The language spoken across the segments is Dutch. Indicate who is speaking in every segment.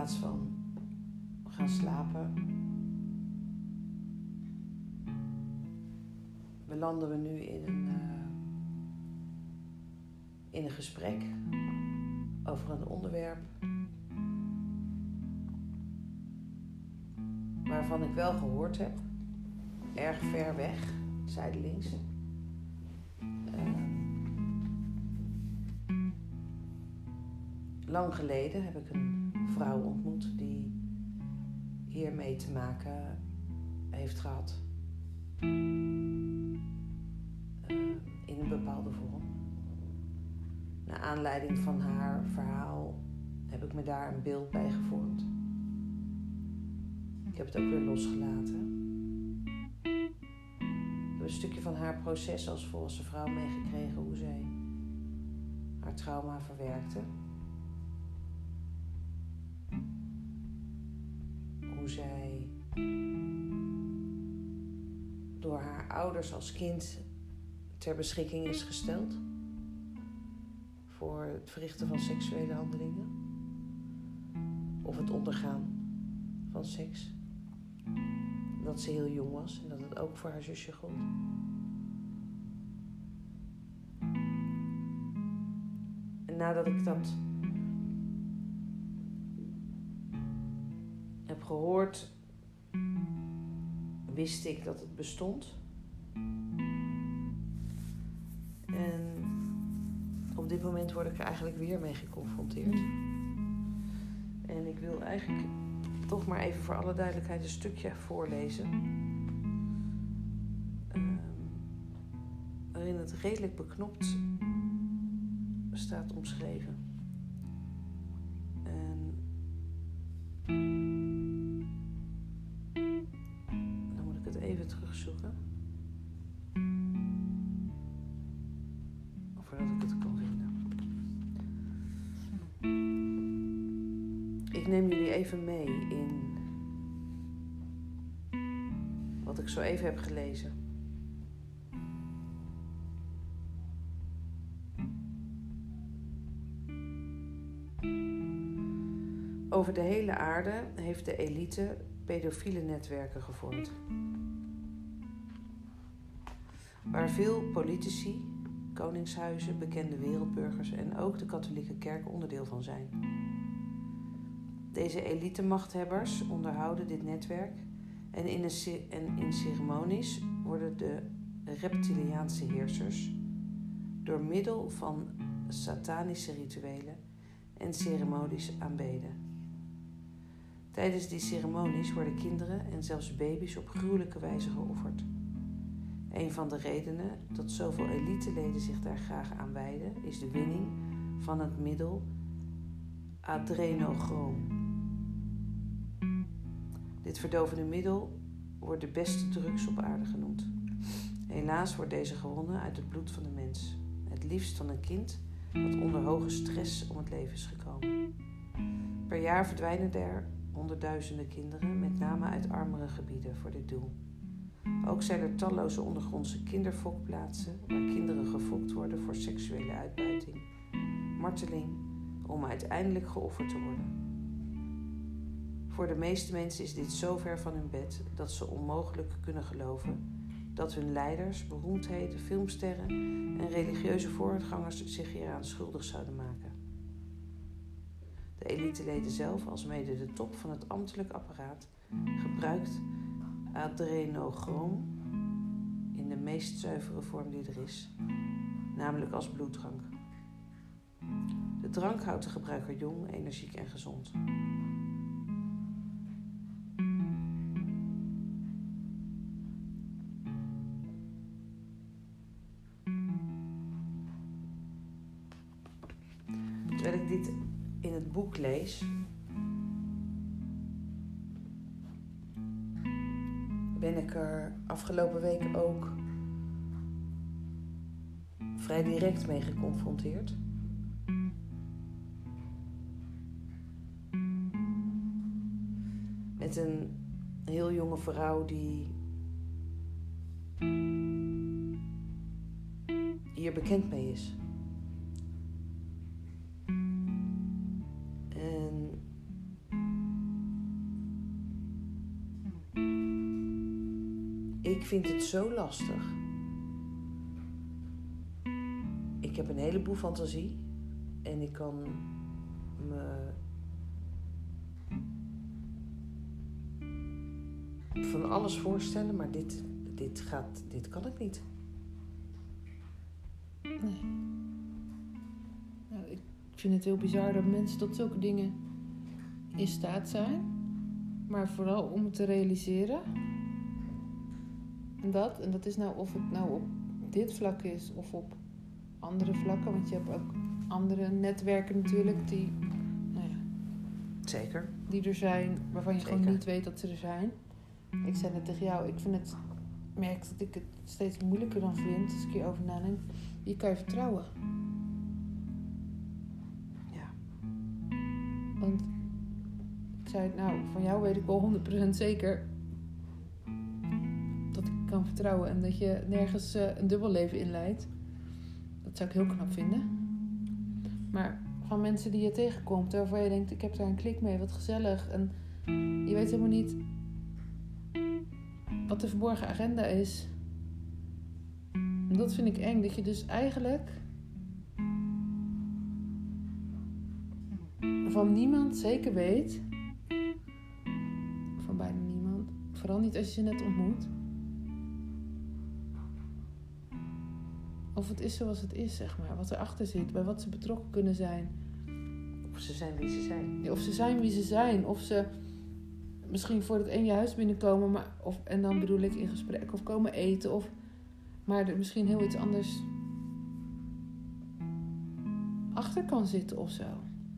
Speaker 1: plaats van gaan slapen, belanden we nu in een gesprek over een onderwerp waarvan ik wel gehoord heb, erg ver weg, zijdelings. Lang geleden heb ik een vrouw ontmoet die hiermee te maken heeft gehad. In een bepaalde vorm. Naar aanleiding van haar verhaal heb ik me daar een beeld bij gevormd. Ik heb het ook weer losgelaten. Ik heb een stukje van haar proces als volwassen vrouw meegekregen, hoe zij haar trauma verwerkte. Hoe zij door haar ouders als kind ter beschikking is gesteld voor het verrichten van seksuele handelingen of het ondergaan van seks. Dat ze heel jong was en dat het ook voor haar zusje gold. En nadat ik dat heb gehoord, wist ik dat het bestond. En op dit moment word ik er eigenlijk weer mee geconfronteerd. En ik wil eigenlijk toch maar even voor alle duidelijkheid een stukje voorlezen. Waarin het redelijk beknopt staat omschreven. En dan moet ik het even terugzoeken. Voordat ik het kan vinden. Ik neem jullie even mee in wat ik zo even heb gelezen. Over de hele aarde heeft de elite pedofiele netwerken gevormd. Waar veel politici, koningshuizen, bekende wereldburgers en ook de katholieke kerk onderdeel van zijn. Deze elitemachthebbers onderhouden dit netwerk en in ceremonies worden de reptiliaanse heersers door middel van satanische rituelen en ceremonies aanbeden. Tijdens die ceremonies worden kinderen en zelfs baby's op gruwelijke wijze geofferd. Een van de redenen dat zoveel eliteleden zich daar graag aan wijden is de winning van het middel adrenochroom. Dit verdovende middel wordt de beste drugs op aarde genoemd. Helaas wordt deze gewonnen uit het bloed van de mens. Het liefst van een kind dat onder hoge stress om het leven is gekomen. Per jaar verdwijnen er honderdduizenden kinderen, met name uit armere gebieden, voor dit doel. Ook zijn er talloze ondergrondse kinderfokplaatsen waar kinderen gefokt worden voor seksuele uitbuiting, marteling, om uiteindelijk geofferd te worden. Voor de meeste mensen is dit zo ver van hun bed dat ze onmogelijk kunnen geloven dat hun leiders, beroemdheden, filmsterren en religieuze voorgangers zich hieraan schuldig zouden maken. De eliteleden zelf, alsmede de top van het ambtelijk apparaat, gebruikt adrenochroom in de meest zuivere vorm die er is, namelijk als bloeddrank. De drank houdt de gebruiker jong, energiek en gezond. Terwijl ik dit in het boek lees, ben ik er afgelopen week ook vrij direct mee geconfronteerd. Met een heel jonge vrouw die hier bekend mee is. En Ik vind het zo lastig. Ik heb een heleboel fantasie. En ik kan me van alles voorstellen, maar dit kan ik niet.
Speaker 2: Nee. Nou, ik vind het heel bizar dat mensen tot zulke dingen in staat zijn. Maar vooral om het te realiseren. En dat is nou of het nou op dit vlak is of op andere vlakken. Want je hebt ook andere netwerken natuurlijk die, nou ja,
Speaker 1: Zeker.
Speaker 2: die er zijn, waarvan je
Speaker 1: Zeker.
Speaker 2: gewoon niet weet dat ze er zijn. Ik zei net tegen jou, ik merk dat ik het steeds moeilijker dan vind, als ik hierover nadenk. Wie kan je vertrouwen?
Speaker 1: Ja.
Speaker 2: Want ik zei, nou, van jou weet ik wel 100% zeker dat ik kan vertrouwen en dat je nergens een dubbelleven inleidt. Dat zou ik heel knap vinden. Maar van mensen die je tegenkomt, waarvan je denkt, ik heb daar een klik mee, wat gezellig. En je weet helemaal niet wat de verborgen agenda is. En dat vind ik eng, dat je dus eigenlijk van niemand zeker weet, van bijna niemand, vooral niet als je ze net ontmoet, of het is zoals het is, zeg maar, wat erachter zit, bij wat ze betrokken kunnen zijn.
Speaker 1: Of ze zijn wie ze zijn.
Speaker 2: Ja, of ze zijn wie ze zijn, of ze misschien voor het je huis binnenkomen, maar, en dan bedoel ik in gesprek, of komen eten, maar er misschien heel iets anders achter kan zitten of zo.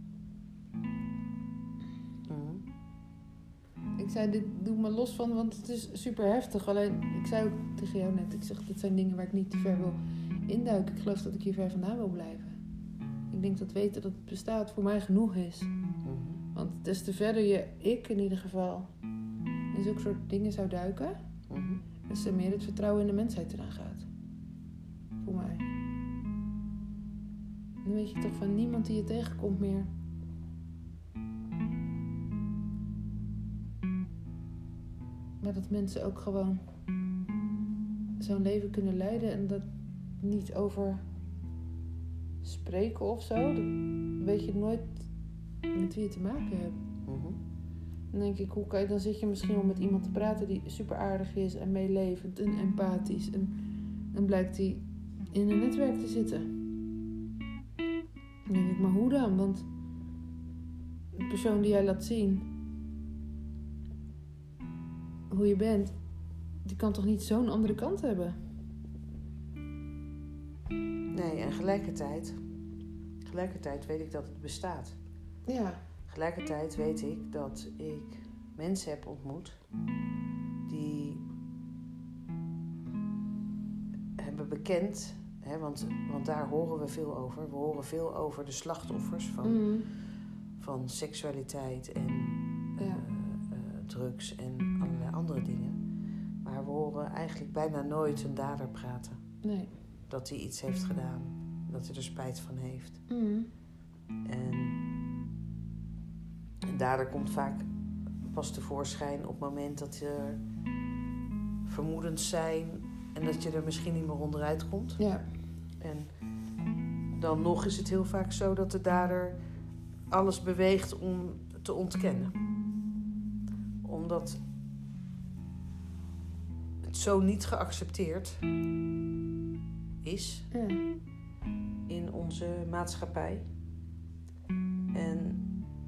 Speaker 1: Mm.
Speaker 2: Ik zei, dit doet me los van, want het is super heftig. Alleen, ik zei ook tegen jou net, ik zeg, dit zijn dingen waar ik niet te ver wil induiken. Ik geloof dat ik hier ver vandaan wil blijven. Ik denk dat weten dat het bestaat voor mij genoeg is.
Speaker 1: Mm-hmm.
Speaker 2: Want des te verder ik in ieder geval in zulke soort dingen zou duiken,
Speaker 1: Mm-hmm.
Speaker 2: des te meer het vertrouwen in de mensheid eraan gaat. Voor mij. Dan weet je toch van niemand die je tegenkomt meer. Maar dat mensen ook gewoon zo'n leven kunnen leiden en dat niet over spreken of zo. Dan weet je nooit met wie je te maken hebt.
Speaker 1: Mm-hmm.
Speaker 2: Dan denk ik, dan zit je misschien om met iemand te praten die super aardig is en meelevend en empathisch. En dan blijkt die in een netwerk te zitten. Dan denk ik, maar hoe dan? Want de persoon die jij laat zien, hoe je bent, die kan toch niet zo'n andere kant hebben?
Speaker 1: Nee, en tegelijkertijd weet ik dat het bestaat.
Speaker 2: Ja.
Speaker 1: Tegelijkertijd weet ik dat ik mensen heb ontmoet die hebben bekend, hè, want daar horen we veel over. We horen veel over de slachtoffers van seksualiteit en drugs en allerlei andere dingen. Maar we horen eigenlijk bijna nooit een dader praten.
Speaker 2: Nee.
Speaker 1: Dat hij iets heeft gedaan, dat hij er spijt van heeft. En een dader komt vaak pas tevoorschijn op het moment dat er vermoedens zijn en dat je er misschien niet meer onderuit komt.
Speaker 2: Ja.
Speaker 1: En dan nog is het heel vaak zo dat de dader alles beweegt om te ontkennen. Omdat het zo niet geaccepteerd is in onze maatschappij. En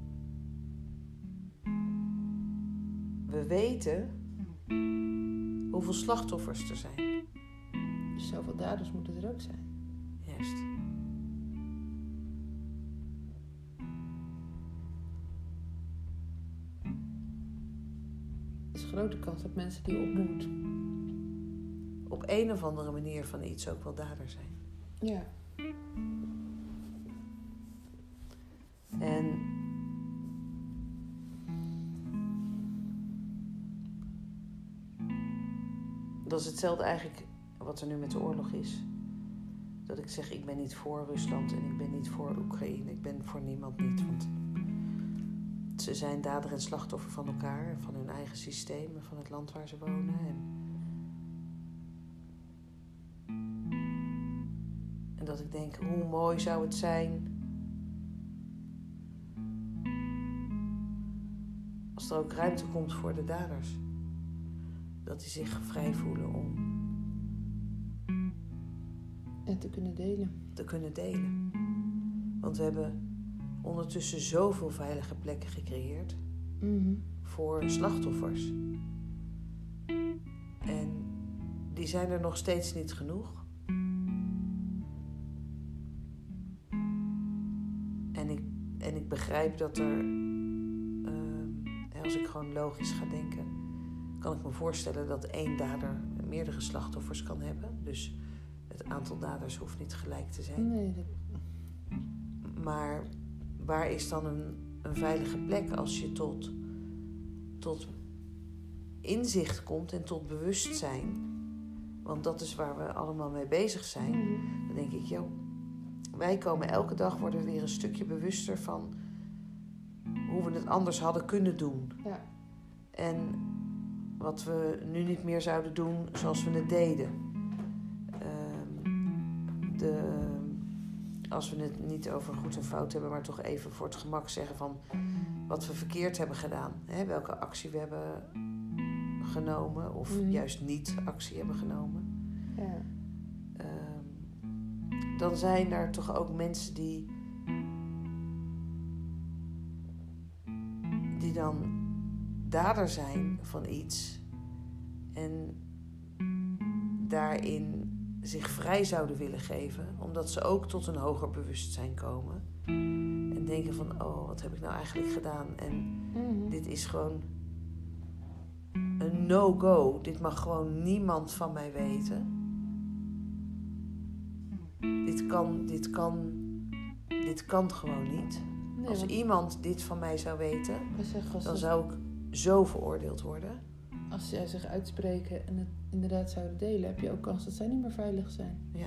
Speaker 1: we weten hoeveel slachtoffers er zijn.
Speaker 2: Dus zoveel daders moeten er ook zijn.
Speaker 1: Juist.
Speaker 2: Er is een grote kans dat mensen die je ontmoet
Speaker 1: op een of andere manier van iets ook wel dader zijn.
Speaker 2: Ja.
Speaker 1: En dat is hetzelfde eigenlijk wat er nu met de oorlog is. Dat ik zeg, ik ben niet voor Rusland en ik ben niet voor Oekraïne. Ik ben voor niemand niet, want ze zijn dader en slachtoffer van elkaar, van hun eigen systeem en van het land waar ze wonen. En En dat ik denk, hoe mooi zou het zijn als er ook ruimte komt voor de daders. Dat die zich vrij voelen om
Speaker 2: En te kunnen delen.
Speaker 1: te kunnen delen. Want we hebben ondertussen zoveel veilige plekken gecreëerd voor slachtoffers. En die zijn er nog steeds niet genoeg. En ik begrijp dat er, als ik gewoon logisch ga denken, kan ik me voorstellen dat één dader meerdere slachtoffers kan hebben. Dus het aantal daders hoeft niet gelijk te zijn.
Speaker 2: Nee,
Speaker 1: Maar waar is dan een veilige plek als je tot inzicht komt en tot bewustzijn? Want dat is waar we allemaal mee bezig zijn. Dan denk ik, joh, wij komen elke dag, worden we weer een stukje bewuster van hoe we het anders hadden kunnen doen.
Speaker 2: Ja.
Speaker 1: En wat we nu niet meer zouden doen zoals we het deden. Als we het niet over goed en fout hebben, maar toch even voor het gemak zeggen van wat we verkeerd hebben gedaan. Hè? Welke actie we hebben genomen of juist niet actie hebben genomen.
Speaker 2: Ja.
Speaker 1: Dan zijn daar toch ook mensen die dan dader zijn van iets en daarin zich vrij zouden willen geven, omdat ze ook tot een hoger bewustzijn komen en denken van, oh, wat heb ik nou eigenlijk gedaan? En dit is gewoon een no-go. Dit mag gewoon niemand van mij weten. Dit kan gewoon niet.
Speaker 2: Nee,
Speaker 1: Als iemand dit van mij zou weten, dan
Speaker 2: als
Speaker 1: zou ik zo veroordeeld worden.
Speaker 2: Als zij zich uitspreken en het inderdaad zouden delen, heb je ook kans dat zij niet meer veilig zijn.
Speaker 1: Ja.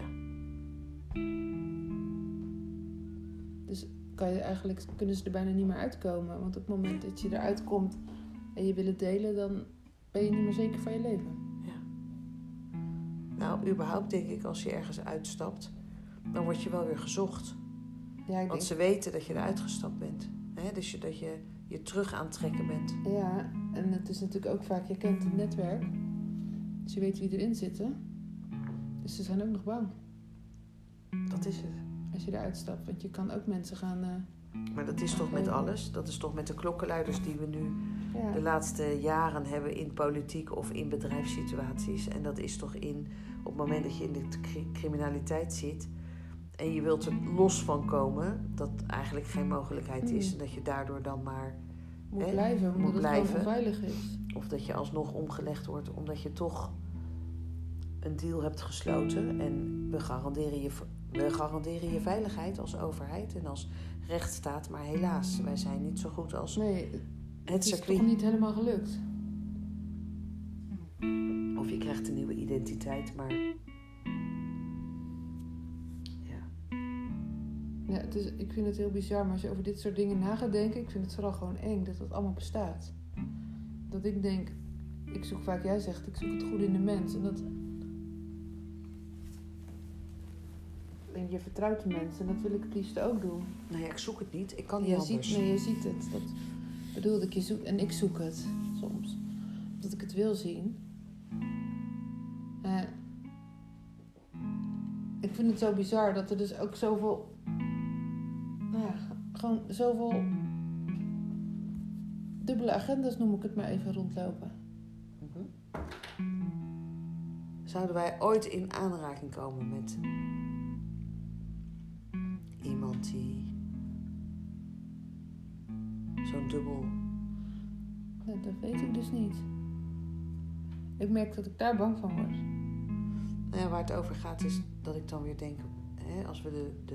Speaker 2: Dus kunnen ze er bijna niet meer uitkomen. Want op het moment dat je eruit komt en je wil het delen, dan ben je niet meer zeker van je leven.
Speaker 1: Ja. Nou, überhaupt denk ik, als je ergens uitstapt, dan word je wel weer gezocht.
Speaker 2: Ja,
Speaker 1: Want ze weten dat je eruit gestapt bent. Hè? Dus dat je je terug aan het trekken bent.
Speaker 2: Ja, en het is natuurlijk ook vaak, je kent het netwerk. Dus je weet wie erin zitten. Dus ze zijn ook nog bang.
Speaker 1: Dat is het.
Speaker 2: Als je eruit stapt. Want je kan ook mensen gaan...
Speaker 1: Maar dat is toch met alles? Dat is toch met de klokkenluiders die we nu
Speaker 2: Ja.
Speaker 1: de laatste jaren hebben in politiek of in bedrijfssituaties. En dat is toch op het moment dat je in de criminaliteit zit en je wilt er los van komen, dat eigenlijk geen mogelijkheid is. En dat je daardoor dan maar
Speaker 2: moet blijven, omdat het gewoon onveilig is.
Speaker 1: Of dat je alsnog omgelegd wordt omdat je toch een deal hebt gesloten. En we garanderen je veiligheid als overheid en als rechtsstaat. Maar helaas, wij zijn niet zo goed als het
Speaker 2: is
Speaker 1: circuit.
Speaker 2: toch niet helemaal gelukt.
Speaker 1: Of je krijgt een nieuwe identiteit, maar
Speaker 2: Ja, ik vind het heel bizar, maar als je over dit soort dingen na gaat denken, ik vind het vooral gewoon eng dat dat allemaal bestaat. Dat ik denk, ik zoek vaak, jij zegt, ik zoek het goede in de mens. En dat... je vertrouwt de mensen en dat wil ik het liefst ook doen.
Speaker 1: Nou ja, ik zoek het niet. Ik kan niet anders.
Speaker 2: Je ziet het. Dat bedoelde ik, je zoekt en ik zoek het soms. Omdat ik het wil zien. Ik vind het zo bizar dat er dus ook zoveel... Nou ja, gewoon zoveel dubbele agendas, noem ik het maar even, rondlopen.
Speaker 1: Zouden wij ooit in aanraking komen met iemand die zo'n dubbel...
Speaker 2: Ja, dat weet ik dus niet. Ik merk dat ik daar bang van word.
Speaker 1: Nou ja, waar het over gaat is dat ik dan weer denk, als we de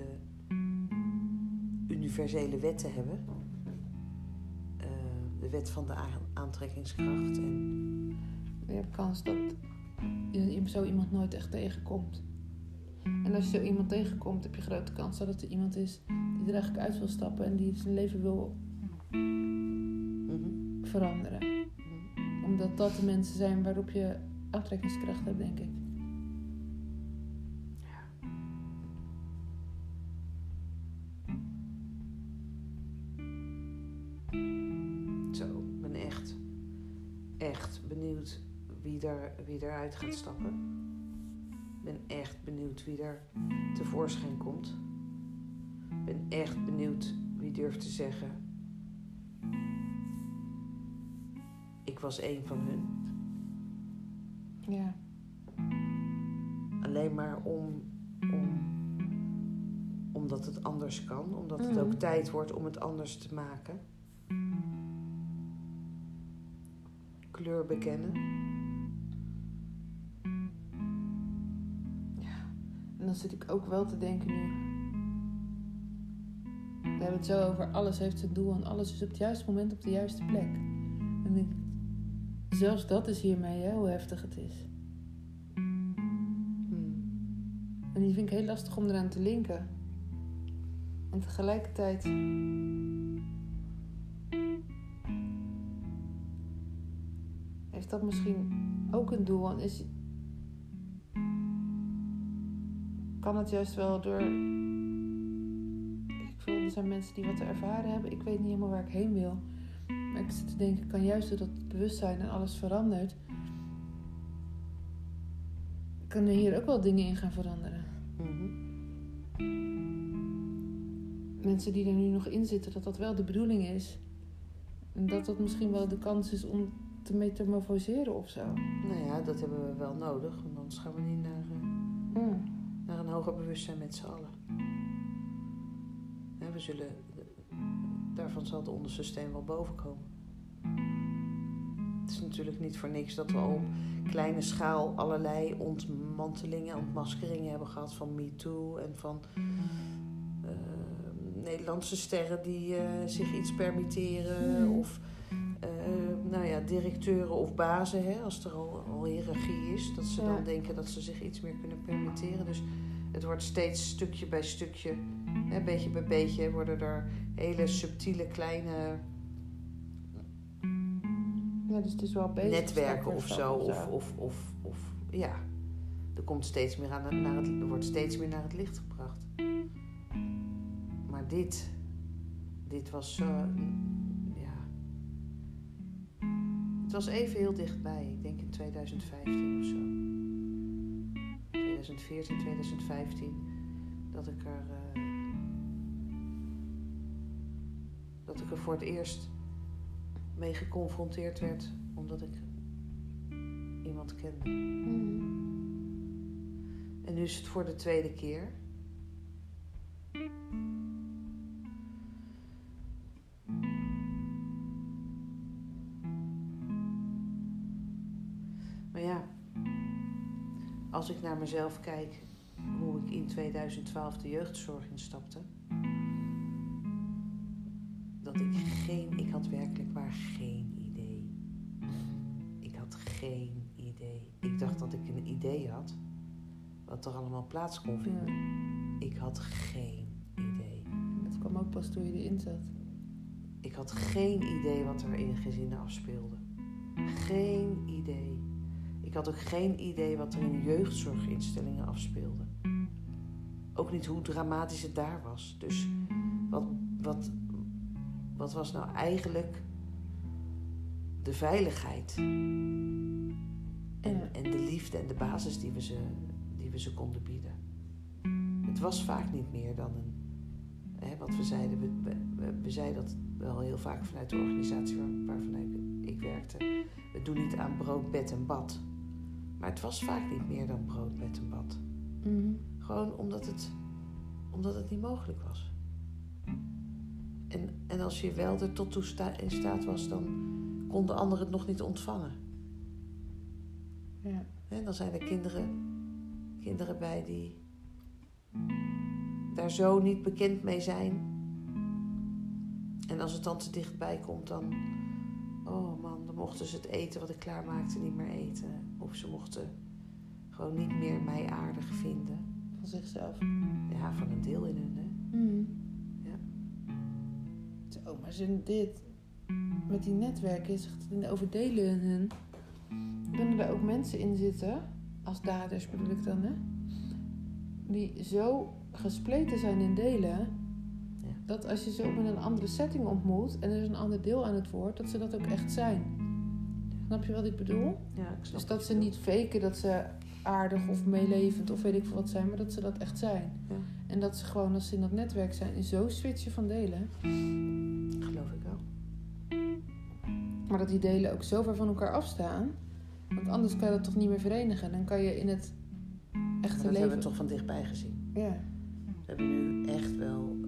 Speaker 1: universele wetten hebben, de wet van de aantrekkingskracht en...
Speaker 2: Je hebt kans dat je zo iemand nooit echt tegenkomt. En als je zo iemand tegenkomt, heb je grote kans dat het er iemand is die er eigenlijk uit wil stappen en die zijn leven wil veranderen. Omdat dat de mensen zijn waarop je aantrekkingskracht hebt, denk ik.
Speaker 1: echt benieuwd wie eruit gaat stappen. Ik ben echt benieuwd wie er tevoorschijn komt. Ik ben echt benieuwd wie durft te zeggen: ik was één van hun.
Speaker 2: Ja.
Speaker 1: Alleen maar omdat het anders kan. Omdat het ook tijd wordt om het anders te maken. Kleur bekennen.
Speaker 2: Ja. En dan zit ik ook wel te denken nu. We hebben het zo over alles heeft zijn doel en alles is op het juiste moment op de juiste plek. En zelfs dat is hiermee, hè, hoe heftig het is. En die vind ik heel lastig om eraan te linken. En tegelijkertijd heeft dat misschien ook een doel. En kan het juist wel door... Er zijn mensen die wat te ervaren hebben. Ik weet niet helemaal waar ik heen wil. Maar ik zit te denken, kan juist doordat het bewustzijn en alles verandert, kunnen hier ook wel dingen in gaan veranderen. Mensen die er nu nog in zitten, dat wel de bedoeling is. En dat misschien wel de kans is om te metamorfoseren of zo.
Speaker 1: Nou ja, dat hebben we wel nodig. Want anders gaan we niet naar een hoger bewustzijn met z'n allen. Daarvan zal het onderste steen wel boven komen. Het is natuurlijk niet voor niks dat we al op kleine schaal allerlei ontmantelingen en ontmaskeringen hebben gehad van MeToo en van Nederlandse sterren die zich iets permitteren of directeuren of bazen, hè, als er al hiërarchie is, dat ze dan denken dat ze zich iets meer kunnen permitteren. Dus het wordt steeds stukje bij stukje, beetje bij beetje worden er hele subtiele kleine
Speaker 2: dus het is wel bezig
Speaker 1: netwerken of zo. Of er komt steeds meer er wordt steeds meer naar het licht gebracht. Maar dit was zo, het was even heel dichtbij. Ik denk in 2015 of zo. 2014, 2015. Dat ik er voor het eerst mee geconfronteerd werd. Omdat ik iemand kende. En nu is het voor de tweede keer. Maar ja, als ik naar mezelf kijk, hoe ik in 2012 de jeugdzorg instapte, ik had werkelijk waar geen idee. Ik had geen idee. Ik dacht dat ik een idee had wat er allemaal plaats kon vinden. Ik had geen idee.
Speaker 2: Dat kwam ook pas toen je erin zat.
Speaker 1: Ik had geen idee wat er in gezinnen afspeelde. Geen idee. Ik had ook geen idee wat er in jeugdzorginstellingen afspeelde. Ook niet hoe dramatisch het daar was. Dus wat was nou eigenlijk de veiligheid? En de liefde en de basis die we ze konden bieden. Het was vaak niet meer dan wat we zeiden. We zeiden dat wel heel vaak vanuit de organisatie waarvan ik werkte. We doen niet aan brood, bed en bad. Maar het was vaak niet meer dan brood, bed en bad. Gewoon omdat het niet mogelijk was. En als je wel er tot toe in staat was, dan konden anderen het nog niet ontvangen.
Speaker 2: Ja.
Speaker 1: En dan zijn er kinderen bij die daar zo niet bekend mee zijn. En als het dan te dichtbij komt, dan... Oh man, dan mochten ze het eten wat ik klaarmaakte niet meer eten. Of ze mochten gewoon niet meer mij aardig vinden.
Speaker 2: Van zichzelf.
Speaker 1: Ja, van een deel in hun, hè. Ja.
Speaker 2: Zo, maar dit... Met die netwerken, over delen hun... Kunnen er ook mensen in zitten, als daders bedoel ik dan, hè? Die zo gespleten zijn in delen... Dat als je ze ook in een andere setting ontmoet en er is een ander deel aan het woord, dat ze dat ook echt zijn. Snap je wat ik bedoel?
Speaker 1: Ja, ik snap
Speaker 2: Dus
Speaker 1: wat
Speaker 2: dat
Speaker 1: je
Speaker 2: ze
Speaker 1: bedoelt.
Speaker 2: niet faken dat ze aardig of meelevend of weet ik veel wat zijn, maar dat ze dat echt zijn.
Speaker 1: Ja.
Speaker 2: En dat ze gewoon, als ze in dat netwerk zijn, zo switchen van delen.
Speaker 1: Geloof ik wel.
Speaker 2: Maar dat die delen ook zo ver van elkaar afstaan. Want anders kan je dat toch niet meer verenigen. Dan kan je in het
Speaker 1: Maar
Speaker 2: echte
Speaker 1: dat
Speaker 2: leven...
Speaker 1: hebben we toch van dichtbij gezien.
Speaker 2: Ja.
Speaker 1: We hebben nu echt wel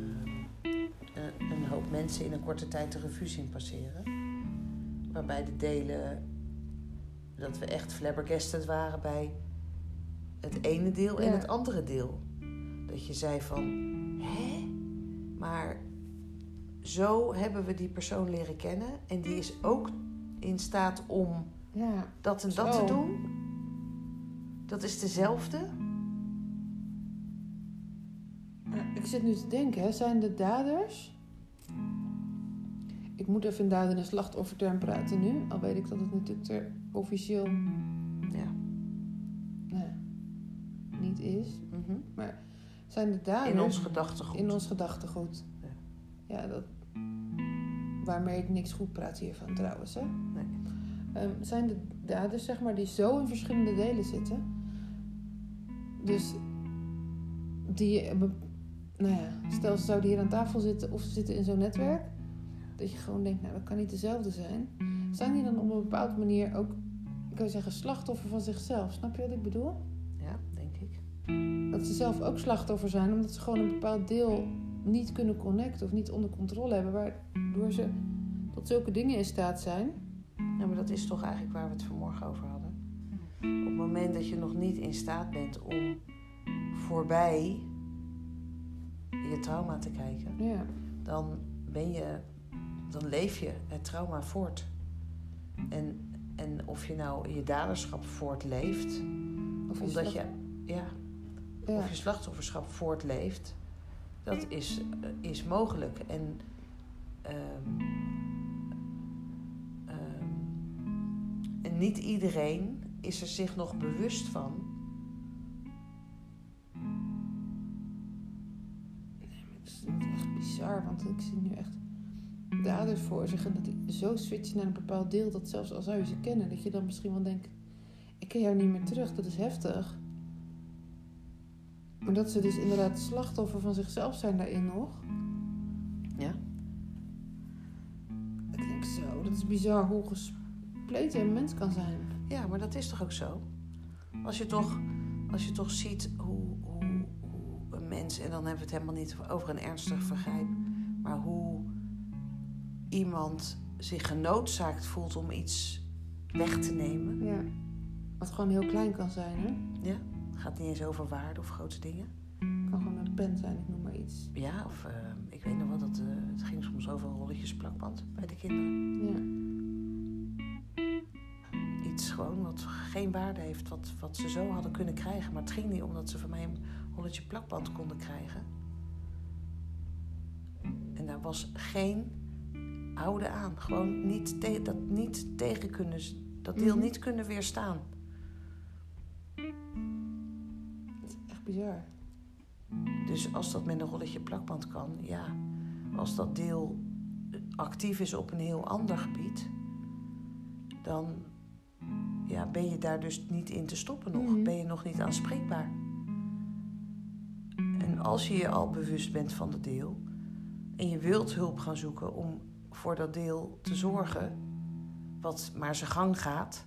Speaker 1: een hoop mensen in een korte tijd de revue zien passeren. Waarbij de delen, dat we echt flabbergasted waren bij het ene deel en
Speaker 2: Ja.
Speaker 1: het andere deel. Dat je zei van, hè? Maar zo hebben we die persoon leren kennen. En die is ook in staat om
Speaker 2: Ja.
Speaker 1: dat en dat
Speaker 2: Zo.
Speaker 1: te doen. Dat is dezelfde.
Speaker 2: Ik zit nu te denken, hè, zijn de daders... Ik moet even in dader- en slachtofferterm praten nu. Al weet ik dat het natuurlijk officieel
Speaker 1: Ja.
Speaker 2: niet is.
Speaker 1: Mhm.
Speaker 2: Zijn de daders...
Speaker 1: In ons gedachtegoed.
Speaker 2: In ons gedachtegoed.
Speaker 1: Ja.
Speaker 2: Ja, dat... Waarmee ik niks goed praat hiervan trouwens, hè.
Speaker 1: Nee.
Speaker 2: Zijn de daders, zeg maar, die zo in verschillende delen zitten. Dus die... Nou ja, stel ze zouden hier aan tafel zitten of ze zitten in zo'n netwerk. Dat je gewoon denkt, nou, dat kan niet dezelfde zijn. Zijn die dan op een bepaalde manier ook, ik kan zeggen, slachtoffer van zichzelf? Snap je wat ik bedoel?
Speaker 1: Ja, denk ik.
Speaker 2: Dat ze zelf ook slachtoffer zijn, omdat ze gewoon een bepaald deel niet kunnen connecten of niet onder controle hebben, waardoor ze tot zulke dingen in staat zijn.
Speaker 1: Ja, maar dat is toch eigenlijk waar we het vanmorgen over hadden. Op het moment dat je nog niet in staat bent om voorbij je trauma te kijken,
Speaker 2: Ja,
Speaker 1: dan leef je het trauma voort. En of je nou je daderschap voortleeft,
Speaker 2: of je
Speaker 1: omdat
Speaker 2: slacht-
Speaker 1: ja,
Speaker 2: ja.
Speaker 1: of je slachtofferschap voortleeft, dat is mogelijk. En niet iedereen is er zich nog bewust van.
Speaker 2: Het is echt bizar, want ik zie nu echt daders voor zich en dat die zo switchen naar een bepaald deel, dat zelfs al zou je ze kennen, dat je dan misschien wel denkt, ik ken jou niet meer terug, dat is heftig. Maar dat ze dus inderdaad slachtoffer van zichzelf zijn daarin nog.
Speaker 1: Ja.
Speaker 2: Ik denk zo, dat is bizar hoe gespleten een mens kan zijn.
Speaker 1: Ja, maar dat is toch ook zo? Als je toch ziet hoe een mens, en dan hebben we het helemaal niet over een ernstig vergrijp, maar hoe iemand zich genoodzaakt voelt om iets weg te nemen.
Speaker 2: Ja. Wat gewoon heel klein kan zijn, hè?
Speaker 1: Ja, het gaat niet eens over waarde of grote dingen.
Speaker 2: Kan gewoon een pen zijn, ik noem maar iets.
Speaker 1: Ja, of ik weet nog wel, het ging soms over rolletjes plakband bij de kinderen.
Speaker 2: Ja.
Speaker 1: Iets gewoon wat geen waarde heeft, wat ze zo hadden kunnen krijgen. Maar het ging niet omdat ze van mij een rolletje plakband konden krijgen. En daar was geen oude aan. Gewoon dat niet tegen kunnen, dat deel niet kunnen weerstaan.
Speaker 2: Het is echt bizar.
Speaker 1: Dus als dat met een rolletje plakband kan, ja. Als dat deel actief is op een heel ander gebied, dan ja, ben je daar dus niet in te stoppen nog.
Speaker 2: Mhm.
Speaker 1: Ben je nog niet aanspreekbaar. En als je je al bewust bent van dat deel en je wilt hulp gaan zoeken om voor dat deel te zorgen, wat maar zijn gang gaat.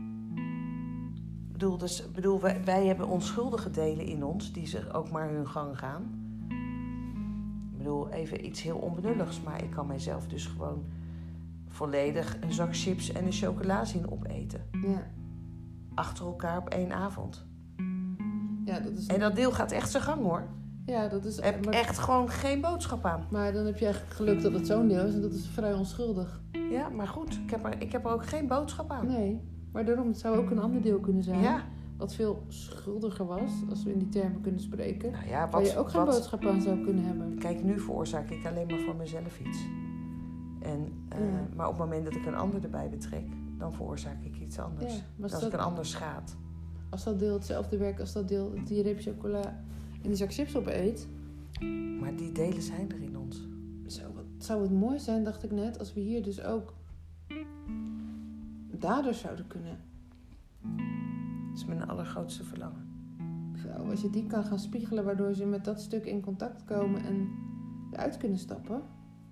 Speaker 1: Ik bedoel, wij hebben onschuldige delen in ons die zich ook maar hun gang gaan. Ik bedoel, even iets heel onbenulligs, maar ik kan mijzelf dus gewoon volledig een zak chips en een chocola zien opeten.
Speaker 2: Ja.
Speaker 1: Achter elkaar op 1 avond.
Speaker 2: Ja, dat is...
Speaker 1: En dat deel gaat echt zijn gang, hoor.
Speaker 2: Ja, dat is...
Speaker 1: Ik heb
Speaker 2: maar...
Speaker 1: echt gewoon geen boodschap aan.
Speaker 2: Maar dan heb je eigenlijk geluk dat het zo'n deel is en dat is vrij onschuldig.
Speaker 1: Ja, maar goed, ik heb er ook geen boodschap aan.
Speaker 2: Nee, maar daarom, het zou ook een ander deel kunnen zijn.
Speaker 1: Ja.
Speaker 2: Wat veel schuldiger was, als we in die termen kunnen spreken.
Speaker 1: Nou ja,
Speaker 2: Waar je ook geen boodschap aan zou kunnen hebben.
Speaker 1: Kijk, nu veroorzaak ik alleen maar voor mezelf iets. Maar op het moment dat ik een ander erbij betrek, dan veroorzaak ik iets anders.
Speaker 2: Ja, maar
Speaker 1: als ik een ander schaad.
Speaker 2: Als dat deel hetzelfde werkt als dat deel dat die reep chocola en die zak chips opeet.
Speaker 1: Maar die delen zijn er in ons.
Speaker 2: Zou het mooi zijn, dacht ik net, als we hier dus ook daders zouden kunnen.
Speaker 1: Dat is mijn allergrootste verlangen.
Speaker 2: Zo, als je die kan gaan spiegelen, waardoor ze met dat stuk in contact komen en eruit kunnen stappen.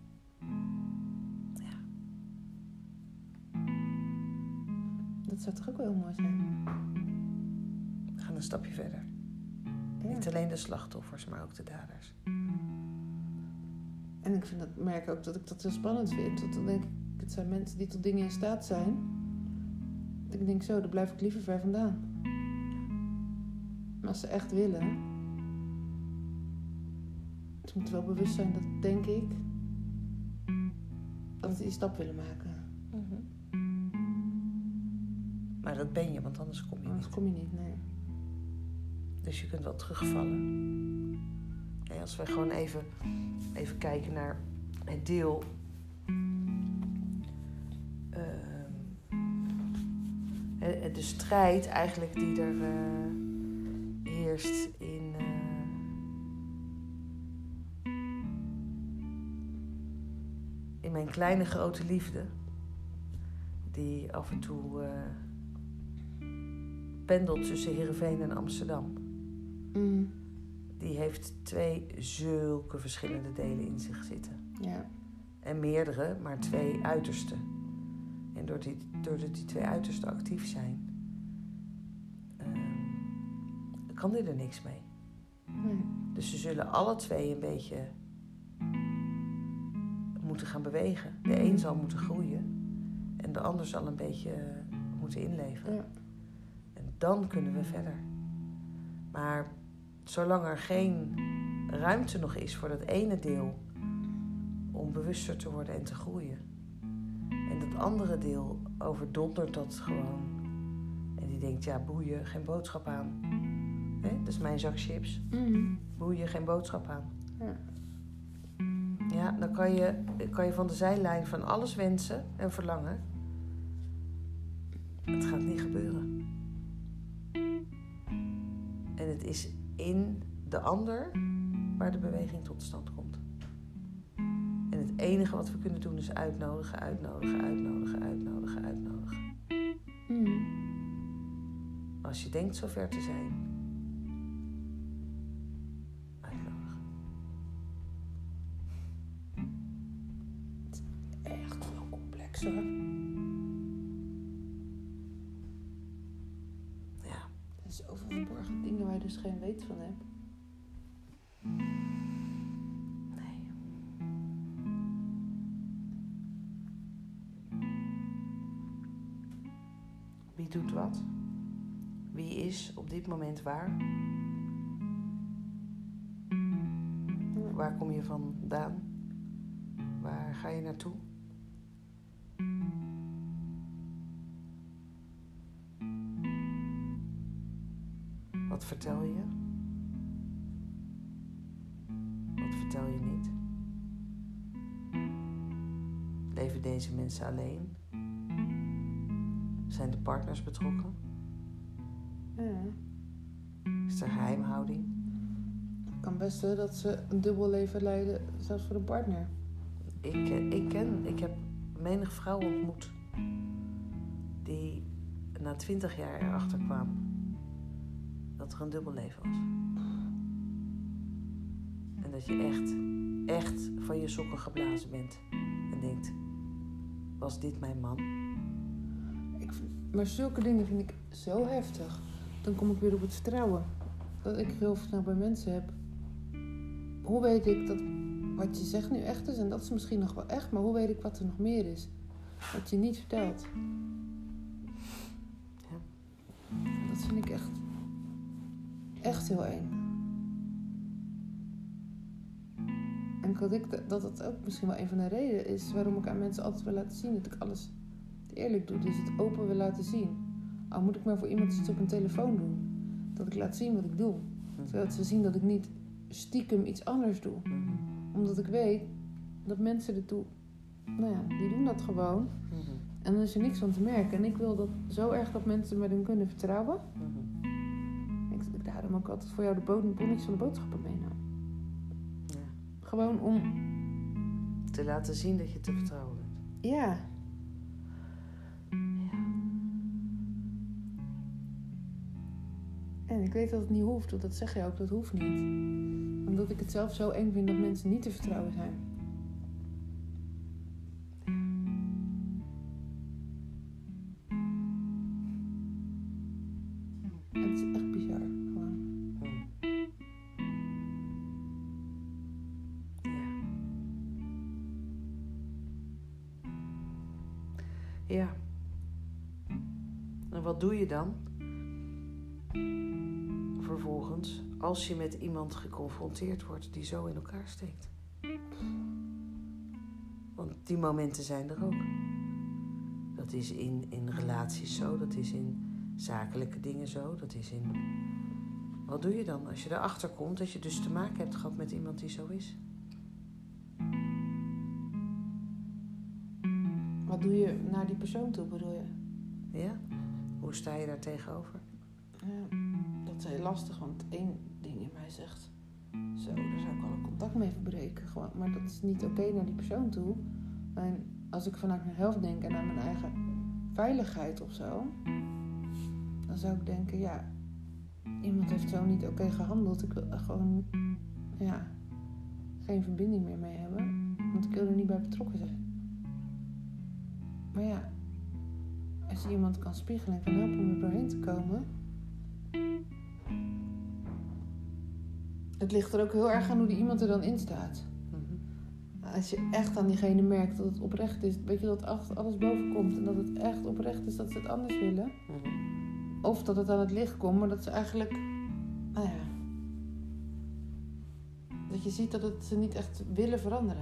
Speaker 1: Ja.
Speaker 2: Dat zou toch ook wel heel mooi zijn?
Speaker 1: We gaan een stapje verder.
Speaker 2: Ja.
Speaker 1: Niet alleen de slachtoffers, maar ook de daders.
Speaker 2: En ik merk ook dat ik dat heel spannend vind. Want dan denk ik, het zijn mensen die tot dingen in staat zijn. Ik denk zo, daar blijf ik liever ver vandaan. Maar als ze echt willen... Ze moeten wel bewust zijn dat, denk ik... dat ze die stap willen maken.
Speaker 1: Maar dat ben je, want anders kom je
Speaker 2: Anders
Speaker 1: niet.
Speaker 2: kom je niet, nee.
Speaker 1: Dus je kunt wel terugvallen. En als we gewoon even kijken naar het deel... de strijd eigenlijk die er heerst in mijn kleine grote liefde. Die af en toe pendelt tussen Heerenveen en Amsterdam. Die heeft 2 zulke verschillende delen in zich zitten.
Speaker 2: Ja.
Speaker 1: En meerdere, maar 2 uitersten. En doordat die 2 uitersten actief zijn, kan dit er niks mee.
Speaker 2: Nee.
Speaker 1: Dus ze zullen alle 2 een beetje moeten gaan bewegen. De een zal moeten groeien en de ander zal een beetje moeten inleveren.
Speaker 2: Ja.
Speaker 1: En dan kunnen we verder. Maar zolang er geen ruimte nog is voor dat ene deel om bewuster te worden en te groeien, en dat andere deel overdondert dat gewoon. En die denkt, ja, boeien, geen boodschap aan. Hè? Dat is mijn zak chips. Boeien, geen boodschap aan.
Speaker 2: Ja.
Speaker 1: Ja, dan kan je van de zijlijn van alles wensen en verlangen. Het gaat niet gebeuren. En het is in de ander waar de beweging tot stand komt. En het enige wat we kunnen doen is uitnodigen, uitnodigen, uitnodigen, uitnodigen, uitnodigen. Als je denkt zo ver te zijn, uitnodigen.
Speaker 2: Het is echt wel complex hoor.
Speaker 1: Ja.
Speaker 2: Er zijn zoveel verborgen dingen waar je dus geen weet van hebt.
Speaker 1: Nee. Wie doet wat? Wie is op dit moment waar? Waar kom je vandaan? Waar ga je naartoe? Wat vertel je? Wat vertel je niet? Leven deze mensen alleen? Zijn de partners betrokken?
Speaker 2: Ja.
Speaker 1: Is er geheimhouding?
Speaker 2: Het kan best zijn dat ze een dubbel leven leiden, zelfs voor een partner.
Speaker 1: Ik heb menig vrouw ontmoet die na 20 jaar erachter kwam dat er een dubbel leven was. En dat je echt van je sokken geblazen bent en denkt, was dit mijn man?
Speaker 2: Maar zulke dingen vind ik zo heftig. Dan kom ik weer op het vertrouwen. Dat ik heel snel bij mensen heb. Hoe weet ik dat wat je zegt nu echt is? En dat is misschien nog wel echt. Maar hoe weet ik wat er nog meer is? Wat je niet vertelt.
Speaker 1: Ja.
Speaker 2: Dat vind ik echt heel eng. En dat het ook misschien wel een van de redenen is waarom ik aan mensen altijd wil laten zien dat ik alles eerlijk doe. Dus het open wil laten zien. Al moet ik maar voor iemand iets op een telefoon doen. Dat ik laat zien wat ik doe. Zodat ze zien dat ik niet stiekem iets anders doe. Omdat ik weet dat mensen ertoe... Nou ja, die doen dat gewoon. En dan is er niks van te merken. En ik wil dat zo erg dat mensen me dan kunnen vertrouwen. Ik daarom ook altijd voor jou de bonnetjes van de boodschappen meenam.
Speaker 1: Ja.
Speaker 2: Gewoon om...
Speaker 1: Te laten zien dat je te vertrouwen bent.
Speaker 2: Ja. En ik weet dat het niet hoeft, want dat zeg je ook, dat hoeft niet. Omdat ik het zelf zo eng vind dat mensen niet te vertrouwen zijn. En het is echt bizar, gewoon.
Speaker 1: Ja. En wat doe je dan? Vervolgens, als je met iemand geconfronteerd wordt die zo in elkaar steekt. Want die momenten zijn er ook. Dat is in relaties zo, dat is in zakelijke dingen zo, dat is in... Wat doe je dan als je erachter komt dat je dus te maken hebt gehad met iemand die zo is?
Speaker 2: Wat doe je naar die persoon toe, bedoel je?
Speaker 1: Ja? Hoe sta je daar tegenover?
Speaker 2: Ja, dat is heel lastig, want één ding in mij zegt... Zo, daar zou ik alle contact mee verbreken. Gewoon, maar dat is niet oké naar die persoon toe. En als ik vanuit mezelf denk en aan mijn eigen veiligheid of zo... Dan zou ik denken, ja... Iemand heeft zo niet oké gehandeld. Ik wil er gewoon, ja... Geen verbinding meer mee hebben. Want ik wil er niet bij betrokken zijn. Maar ja... Als je iemand kan spiegelen en kan helpen om er doorheen te komen... Het ligt er ook heel erg aan hoe die iemand er dan in staat. Als je echt aan diegene merkt dat het oprecht is... Weet je, dat alles boven komt en dat het echt oprecht is dat ze het anders willen. Of dat het aan het licht komt, maar dat ze eigenlijk... Nou ja... Dat je ziet dat het ze niet echt willen veranderen.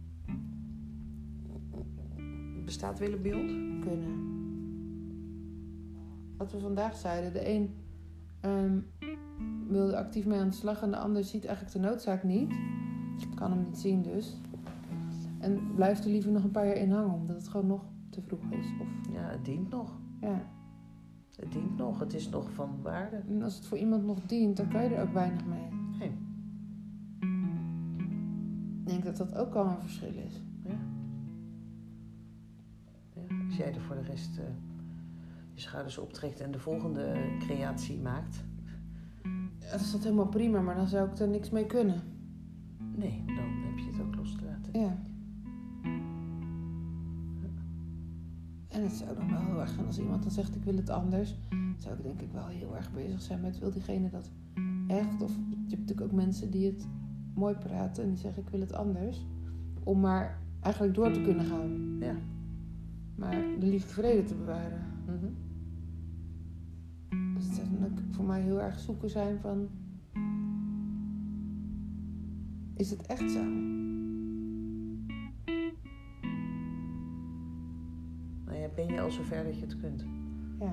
Speaker 1: Bestaat willen bij ons?
Speaker 2: Kunnen. Wat we vandaag zeiden, de een wilde actief mee aan de slag en de ander ziet eigenlijk de noodzaak niet. Kan hem niet zien dus. En blijft er liever nog een paar jaar in hangen, omdat het gewoon nog te vroeg is. Of...
Speaker 1: Ja, het dient nog.
Speaker 2: Ja.
Speaker 1: Het dient nog, het is nog van waarde.
Speaker 2: En als het voor iemand nog dient, dan kan je er ook weinig mee.
Speaker 1: Nee.
Speaker 2: Ik denk dat dat ook al een verschil is.
Speaker 1: Ja. Ja. Als jij er voor de rest je schouders optrekt en de volgende creatie maakt.
Speaker 2: Ja, dat is dat helemaal prima, maar dan zou ik er niks mee kunnen.
Speaker 1: Nee, dan heb je het ook los te laten.
Speaker 2: Ja. En het zou dan wel heel erg gaan als iemand dan zegt ik wil het anders. Zou ik denk ik wel heel erg bezig zijn met wil diegene dat echt? Of je hebt natuurlijk ook mensen die het mooi praten en die zeggen ik wil het anders. Om maar eigenlijk door te kunnen gaan.
Speaker 1: Ja.
Speaker 2: Maar de liefde vrede te bewaren.
Speaker 1: Mm-hmm.
Speaker 2: Dus het zou dan ook voor mij heel erg zoeken zijn van... Is het echt zo?
Speaker 1: Nou ja, ben je al zover dat je het kunt?
Speaker 2: Ja.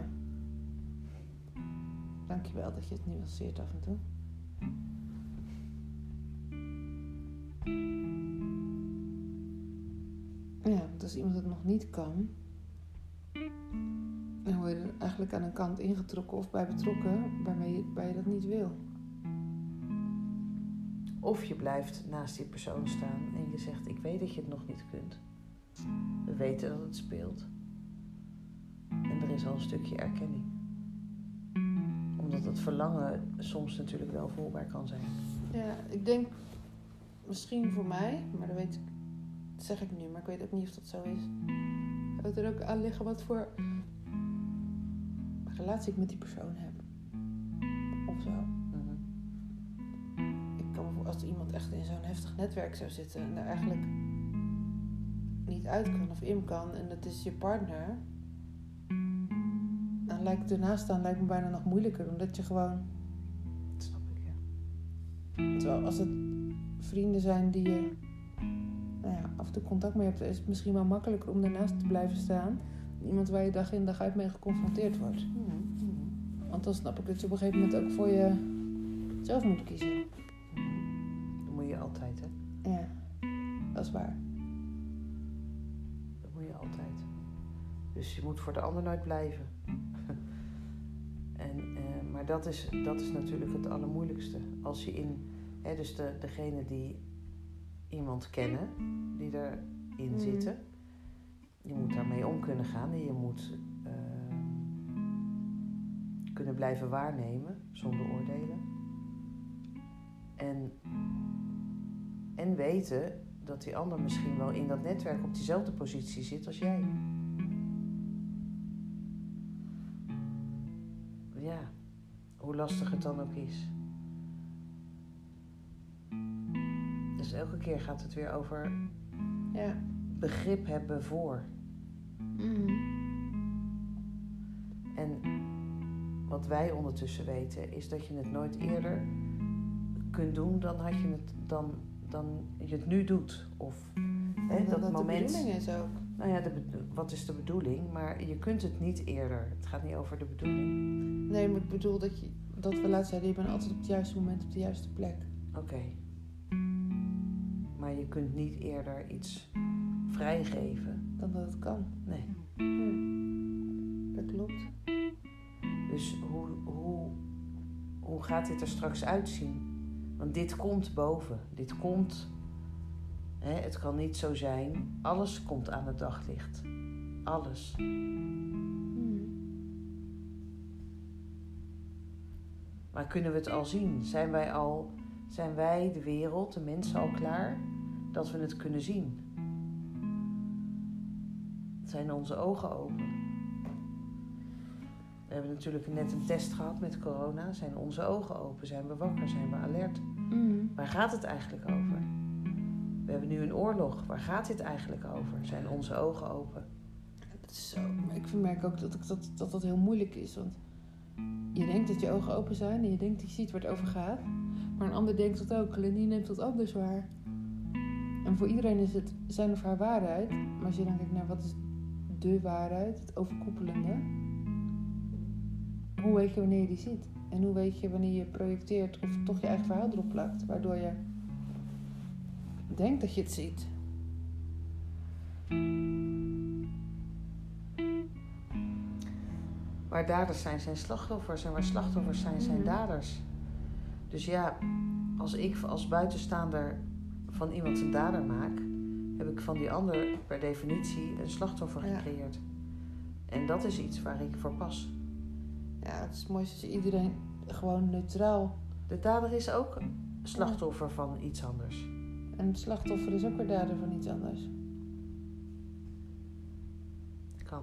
Speaker 2: Dankjewel dat je het nuanceert af en toe. Ja, want als iemand het nog niet kan... dan word je er eigenlijk aan een kant ingetrokken of bij betrokken... waarbij je dat niet wil.
Speaker 1: Of je blijft naast die persoon staan en je zegt ik weet dat je het nog niet kunt. We weten dat het speelt. En er is al een stukje erkenning. Omdat het verlangen soms natuurlijk wel voelbaar kan zijn.
Speaker 2: Ja, ik denk misschien voor mij, maar dat zeg ik nu, maar ik weet ook niet of dat zo is. Zou het er ook aan liggen wat voor relatie ik met die persoon heb. Of zo.
Speaker 1: Mm-hmm.
Speaker 2: Ik kan me als iemand echt in zo'n heftig netwerk zou zitten en daar eigenlijk niet uit kan of in kan en dat is je partner, dan lijkt het ernaast staan lijkt me bijna nog moeilijker, omdat je gewoon...
Speaker 1: Dat snap ik, ja.
Speaker 2: Terwijl als het vrienden zijn die je af en toe contact mee hebt, is het misschien wel makkelijker om daarnaast te blijven staan. Iemand waar je dag in dag uit mee geconfronteerd wordt.
Speaker 1: Mm-hmm.
Speaker 2: Want dan snap ik dat je op een gegeven moment ook voor jezelf moet kiezen.
Speaker 1: Dat moet je altijd, hè?
Speaker 2: Ja, dat is waar.
Speaker 1: Dat moet je altijd. Dus je moet voor de ander nooit blijven. Maar dat is natuurlijk het allermoeilijkste. Als je dus degene die iemand kennen, die erin zitten, je moet daarmee om kunnen gaan en je moet kunnen blijven waarnemen zonder oordelen. En weten dat die ander misschien wel in dat netwerk op diezelfde positie zit als jij. Ja, hoe lastig het dan ook is. Dus elke keer gaat het weer over begrip hebben voor. En wat wij ondertussen weten is dat je het nooit eerder kunt doen dan je het nu doet. Of dat moment.
Speaker 2: De bedoeling is ook.
Speaker 1: Nou ja, wat is de bedoeling? Maar je kunt het niet eerder. Het gaat niet over de bedoeling.
Speaker 2: Nee, maar ik bedoel dat we laatst zeiden, je bent altijd op het juiste moment op de juiste plek.
Speaker 1: Oké. Maar je kunt niet eerder iets vrijgeven.
Speaker 2: Dan dat het kan.
Speaker 1: Nee.
Speaker 2: Dat klopt.
Speaker 1: Dus hoe gaat dit er straks uitzien? Want dit komt boven. Dit komt... het kan niet zo zijn. Alles komt aan het daglicht. Alles. Maar kunnen we het al zien? Zijn wij, de wereld, de mensen al klaar dat we het kunnen zien? Zijn onze ogen open? We hebben natuurlijk net een test gehad met corona. Zijn onze ogen open? Zijn we wakker? Zijn we alert? Waar gaat het eigenlijk over? We hebben nu een oorlog. Waar gaat dit eigenlijk over? Zijn onze ogen open?
Speaker 2: Dat is zo. Maar ik merk ook dat heel moeilijk is. Want je denkt dat je ogen open zijn en je denkt dat je ziet waar het over gaat. Maar een ander denkt dat ook. Alleen die neemt dat anders waar. En voor iedereen is het zijn of haar waarheid. Maar als je dan kijkt naar wat is de waarheid, het overkoepelende. Hoe weet je wanneer je die ziet? En hoe weet je wanneer je projecteert of toch je eigen verhaal erop plakt? Waardoor je denkt dat je het ziet.
Speaker 1: Waar daders zijn slachtoffers en waar slachtoffers zijn daders. Dus ja, als ik als buitenstaander van iemand een dader maak, heb ik van die ander per definitie een slachtoffer gecreëerd. En dat is iets waar ik voor pas.
Speaker 2: Ja, het is mooi als iedereen gewoon neutraal.
Speaker 1: De dader is ook slachtoffer van iets anders.
Speaker 2: En het slachtoffer is ook weer dader van iets anders.
Speaker 1: Kan.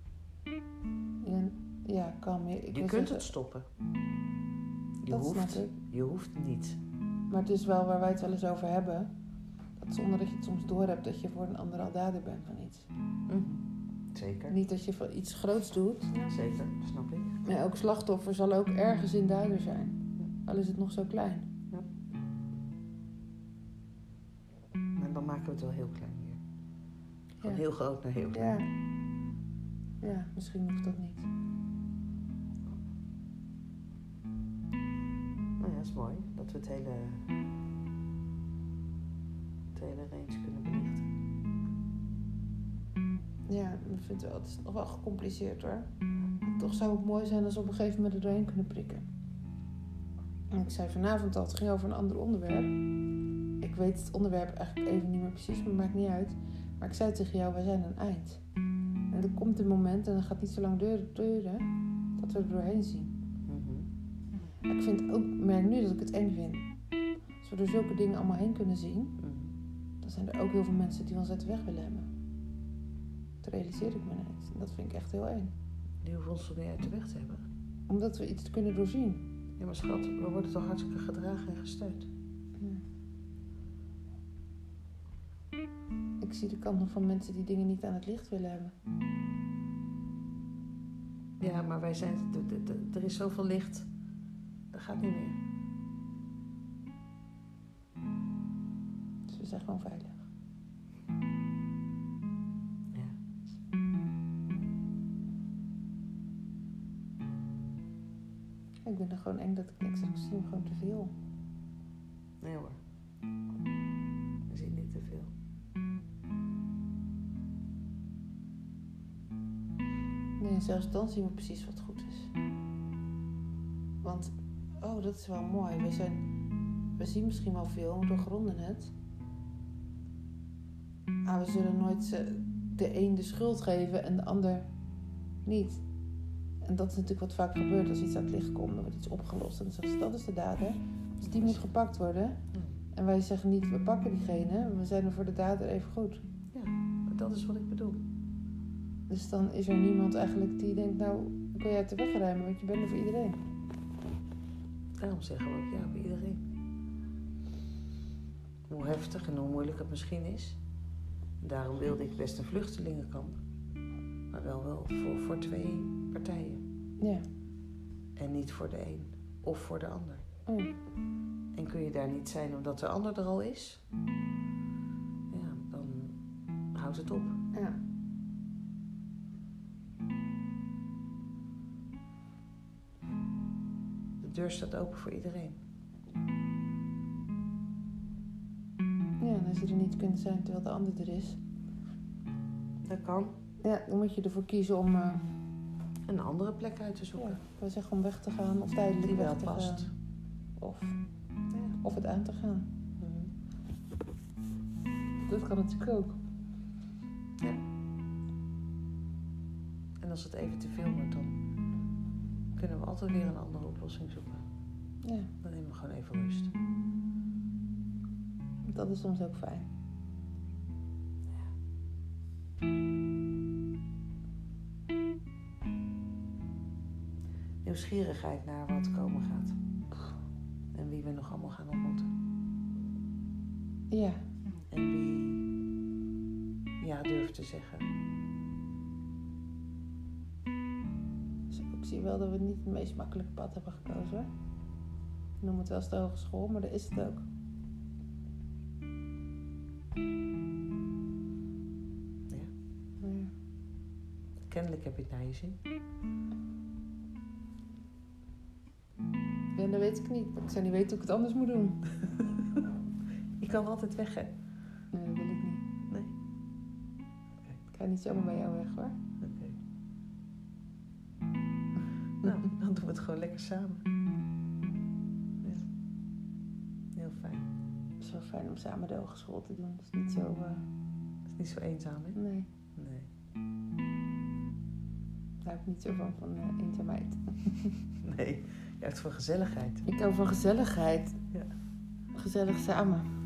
Speaker 2: Ja, kan.
Speaker 1: Je kunt het stoppen. Je hoeft niet.
Speaker 2: Maar het is wel waar wij het wel eens over hebben. Dat zonder dat je het soms doorhebt dat je voor een ander al dader bent van iets.
Speaker 1: Zeker.
Speaker 2: Niet dat je van iets groots doet.
Speaker 1: Ja, zeker. Snap ik.
Speaker 2: Maar elk slachtoffer zal ook ergens in dader zijn. Al is het nog zo klein.
Speaker 1: Ja. Maar dan maken we het wel heel klein weer. Van heel groot naar heel klein.
Speaker 2: Ja, misschien hoeft dat niet.
Speaker 1: Nou ja, dat is mooi. Dat we het hele range kunnen belichten.
Speaker 2: Ja, ik vind het is nog wel gecompliceerd hoor. Toch zou het mooi zijn als we op een gegeven moment er doorheen kunnen prikken. En ik zei vanavond al, het ging over een ander onderwerp. Ik weet het onderwerp eigenlijk even niet meer precies, maar maakt niet uit. Maar ik zei tegen jou, wij zijn een eind. En er komt een moment, en dat gaat niet zo lang duren, dat we er doorheen zien. Maar ik vind ook, merk nu dat ik het eng vind. Als we door zulke dingen allemaal heen kunnen zien, dan zijn er ook heel veel mensen die ons uit de weg willen hebben. Dat realiseer ik me net. En dat vind ik echt heel eng.
Speaker 1: Die hoeven ons toch niet uit de weg te hebben?
Speaker 2: Omdat we iets kunnen doorzien.
Speaker 1: Ja, maar schat, we worden toch hartstikke gedragen en gesteund.
Speaker 2: Ik zie de kant nog van mensen die dingen niet aan het licht willen hebben.
Speaker 1: Ja, maar wij zijn... Er is zoveel licht. Dat gaat niet meer.
Speaker 2: Dus we zijn gewoon veilig.
Speaker 1: Ja.
Speaker 2: Ik ben er gewoon eng dat ik denk, ik zie hem gewoon te veel.
Speaker 1: Nee hoor. We zien niet te veel.
Speaker 2: Nee, zelfs dan zien we precies wat goed is. Want, dat is wel mooi. We zien misschien wel veel, we doorgronden het. Maar we zullen nooit de een de schuld geven en de ander niet. En dat is natuurlijk wat vaak gebeurt als iets aan het licht komt. Dan wordt iets opgelost en dan zeggen ze, dat is de dader. Dus die moet gepakt worden. En wij zeggen niet, we pakken diegene. We zijn er voor de dader even goed.
Speaker 1: Ja, dat is wat ik bedoel.
Speaker 2: Dus dan is er niemand eigenlijk die denkt, nou, ik wil je uit de weg ruimen, want je bent er voor iedereen.
Speaker 1: Daarom zeggen we ook ja bij iedereen. Hoe heftig en hoe moeilijk het misschien is. Daarom wilde ik best een vluchtelingenkamp. Maar wel voor 2 partijen.
Speaker 2: Ja.
Speaker 1: En niet voor de een of voor de ander.
Speaker 2: Oh.
Speaker 1: En kun je daar niet zijn omdat de ander er al is? Ja, dan houdt het op.
Speaker 2: Ja.
Speaker 1: De deur staat open voor iedereen.
Speaker 2: Ja, en als je er niet kunt zijn terwijl de ander er is.
Speaker 1: Dat kan.
Speaker 2: Ja, dan moet je ervoor kiezen om...
Speaker 1: Een andere plek uit te zoeken.
Speaker 2: Ja, ik wil zeggen om weg te gaan of tijdelijk
Speaker 1: Die
Speaker 2: weg
Speaker 1: wel
Speaker 2: te
Speaker 1: past.
Speaker 2: gaan. Of het aan te gaan. Dat kan natuurlijk ook.
Speaker 1: Ja. En als het even te veel wordt, dan kunnen we altijd weer een andere oplossing zoeken.
Speaker 2: Ja,
Speaker 1: Dan nemen we gewoon even rust.
Speaker 2: dat is soms ook fijn.
Speaker 1: Nieuwsgierigheid naar wat komen gaat. En wie we nog allemaal gaan ontmoeten.
Speaker 2: Ja,
Speaker 1: En wie ja durft te zeggen.
Speaker 2: dus ik zie wel dat we niet het meest makkelijke pad hebben gekozen. Hoor. Ik noem het wel eens de hogeschool, maar dat is het ook.
Speaker 1: Ja.
Speaker 2: Ja.
Speaker 1: Kennelijk heb je het naar je zin.
Speaker 2: Ja, dat weet ik niet. Ik zou niet weten hoe ik het anders moet doen.
Speaker 1: Je kan altijd weg, hè?
Speaker 2: Nee, dat wil ik niet.
Speaker 1: Nee?
Speaker 2: Ik ga niet zomaar bij jou weg, hoor.
Speaker 1: Oké. Nou, dan doen we het gewoon lekker samen. Ja. Heel fijn.
Speaker 2: Het is wel fijn om samen de hogeschool te doen. Het is niet zo...
Speaker 1: Het is niet zo eenzaam, hè?
Speaker 2: Nee,
Speaker 1: Nee.
Speaker 2: daar hou ik niet zo van eenzaamheid.
Speaker 1: Nee, je hebt van gezelligheid.
Speaker 2: Ik hou van gezelligheid.
Speaker 1: Ja.
Speaker 2: Gezellig samen.